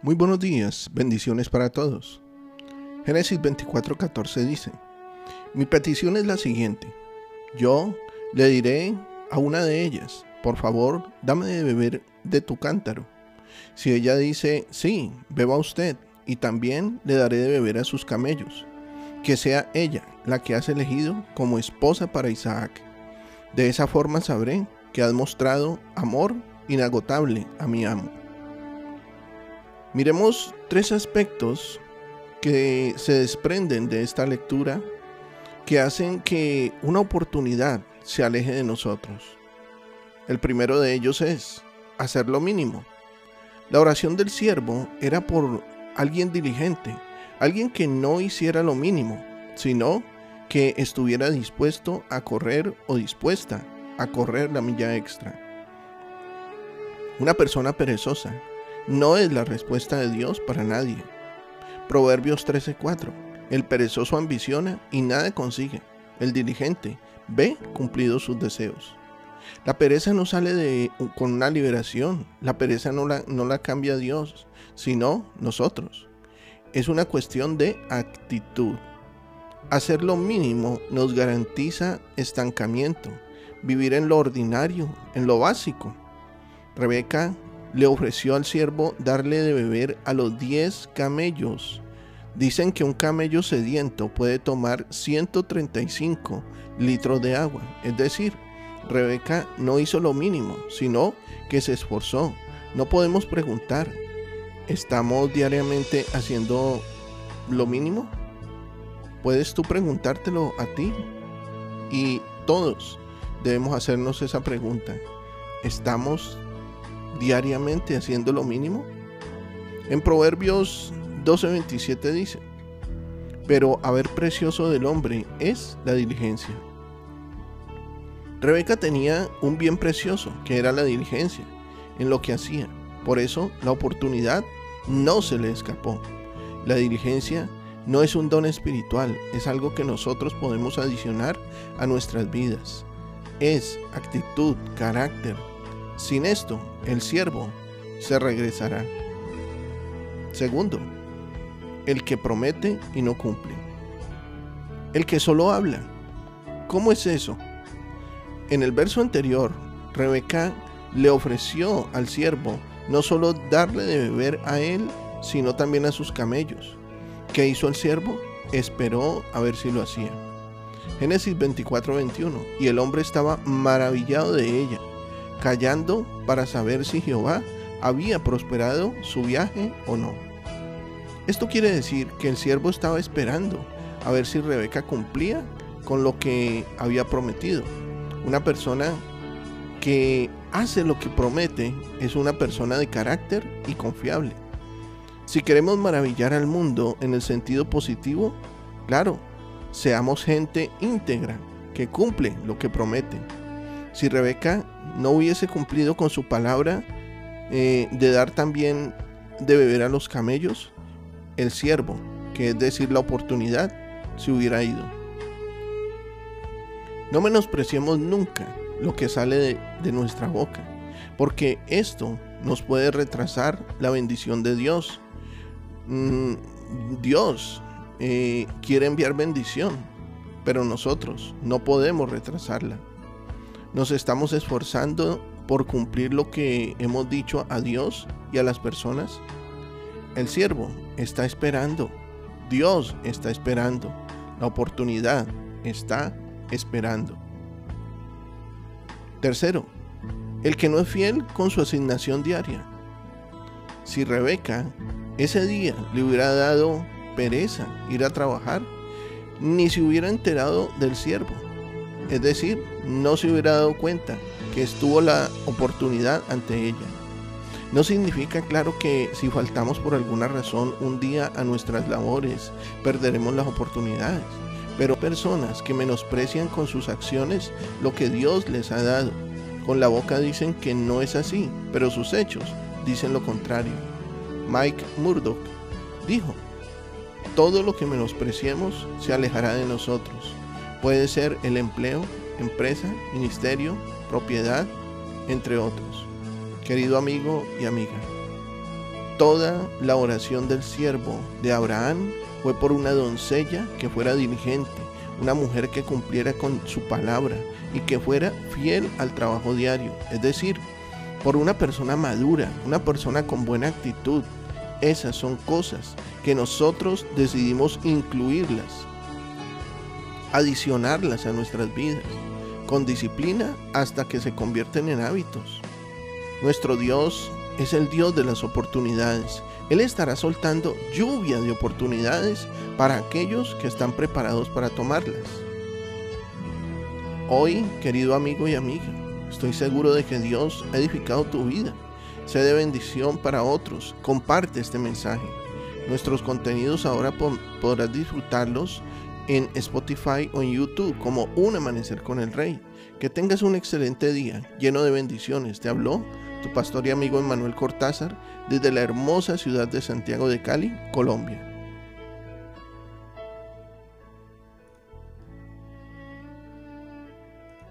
Muy buenos días, bendiciones para todos. Génesis 24:14 dice: Mi petición es la siguiente. Yo le diré a una de ellas, por favor, dame de beber de tu cántaro. Si ella dice, sí, beba usted, y también le daré de beber a sus camellos. Que sea ella la que has elegido como esposa para Isaac. De esa forma sabré que has mostrado amor inagotable a mi amo. Miremos tres aspectos que se desprenden de esta lectura que hacen que una oportunidad se aleje de nosotros. El primero de ellos es hacer lo mínimo. La oración del siervo era por alguien diligente, alguien que no hiciera lo mínimo, sino que estuviera dispuesto a correr o dispuesta a correr la milla extra. Una persona perezosa no es la respuesta de Dios para nadie. Proverbios 13:4. El perezoso ambiciona y nada consigue. El diligente ve cumplidos sus deseos. La pereza no sale con una liberación. La pereza no la cambia Dios, sino nosotros. Es una cuestión de actitud. Hacer lo mínimo nos garantiza estancamiento. Vivir en lo ordinario, en lo básico. Rebeca le ofreció al siervo darle de beber a los 10 camellos. Dicen que un camello sediento puede tomar 135 litros de agua. Es decir, Rebeca no hizo lo mínimo, sino que se esforzó. No podemos preguntar, ¿estamos diariamente haciendo lo mínimo? ¿Puedes tú preguntártelo a ti? Y todos debemos hacernos esa pregunta. ¿Estamos diariamente haciendo lo mínimo? En Proverbios 12:27 dice: pero haber precioso del hombre es la diligencia. Rebeca tenía un bien precioso, que era la diligencia en lo que hacía. Por eso la oportunidad no se le escapó. La diligencia no es un don espiritual, es algo que nosotros podemos adicionar a nuestras vidas. Es actitud, carácter. Sin esto, el siervo se regresará. Segundo, el que promete y no cumple. El que solo habla. ¿Cómo es eso? En el verso anterior, Rebeca le ofreció al siervo no solo darle de beber a él, sino también a sus camellos. ¿Qué hizo el siervo? Esperó a ver si lo hacía. Génesis 24:21. Y el hombre estaba maravillado de ella, callando para saber si Jehová había prosperado su viaje o no. Esto quiere decir que el siervo estaba esperando a ver si Rebeca cumplía con lo que había prometido. Una persona que hace lo que promete es una persona de carácter y confiable. Si queremos maravillar al mundo en el sentido positivo, claro, seamos gente íntegra que cumple lo que promete. Si Rebeca no hubiese cumplido con su palabra de dar también de beber a los camellos, el siervo, que es decir la oportunidad, se hubiera ido. No menospreciemos nunca lo que sale de nuestra boca, porque esto nos puede retrasar la bendición de Dios. Dios quiere enviar bendición, pero nosotros no podemos retrasarla. Nos estamos esforzando por cumplir lo que hemos dicho a Dios y a las personas. El siervo está esperando, Dios está esperando, la oportunidad está esperando. Tercero, el que no es fiel con su asignación diaria. Si Rebeca ese día le hubiera dado pereza ir a trabajar, ni se hubiera enterado del siervo. Es decir, no se hubiera dado cuenta que estuvo la oportunidad ante ella. No significa, claro, que si faltamos por alguna razón un día a nuestras labores, perderemos las oportunidades. Pero personas que menosprecian con sus acciones lo que Dios les ha dado. Con la boca dicen que no es así, pero sus hechos dicen lo contrario. Mike Murdock dijo: todo lo que menospreciemos se alejará de nosotros. Puede ser el empleo, empresa, ministerio, propiedad, entre otros. Querido amigo y amiga, Toda la oración del siervo de Abraham fue por una doncella que fuera diligente, una mujer que cumpliera con su palabra y que fuera fiel al trabajo diario, es decir, por una persona madura, una persona con buena actitud. Esas son cosas que nosotros decidimos incluirlas, adicionarlas a nuestras vidas, con disciplina hasta que se convierten en hábitos. Nuestro Dios es el Dios de las oportunidades. Él estará soltando lluvia de oportunidades para aquellos que están preparados para tomarlas. Hoy, querido amigo y amiga, estoy seguro de que Dios ha edificado tu vida. Sé de bendición para otros. Comparte este mensaje. Nuestros contenidos ahora podrás disfrutarlos en Spotify o en YouTube como Un Amanecer con el Rey. Que tengas un excelente día lleno de bendiciones. Te habló tu pastor y amigo Emmanuel Cortázar desde la hermosa ciudad de Santiago de Cali, Colombia.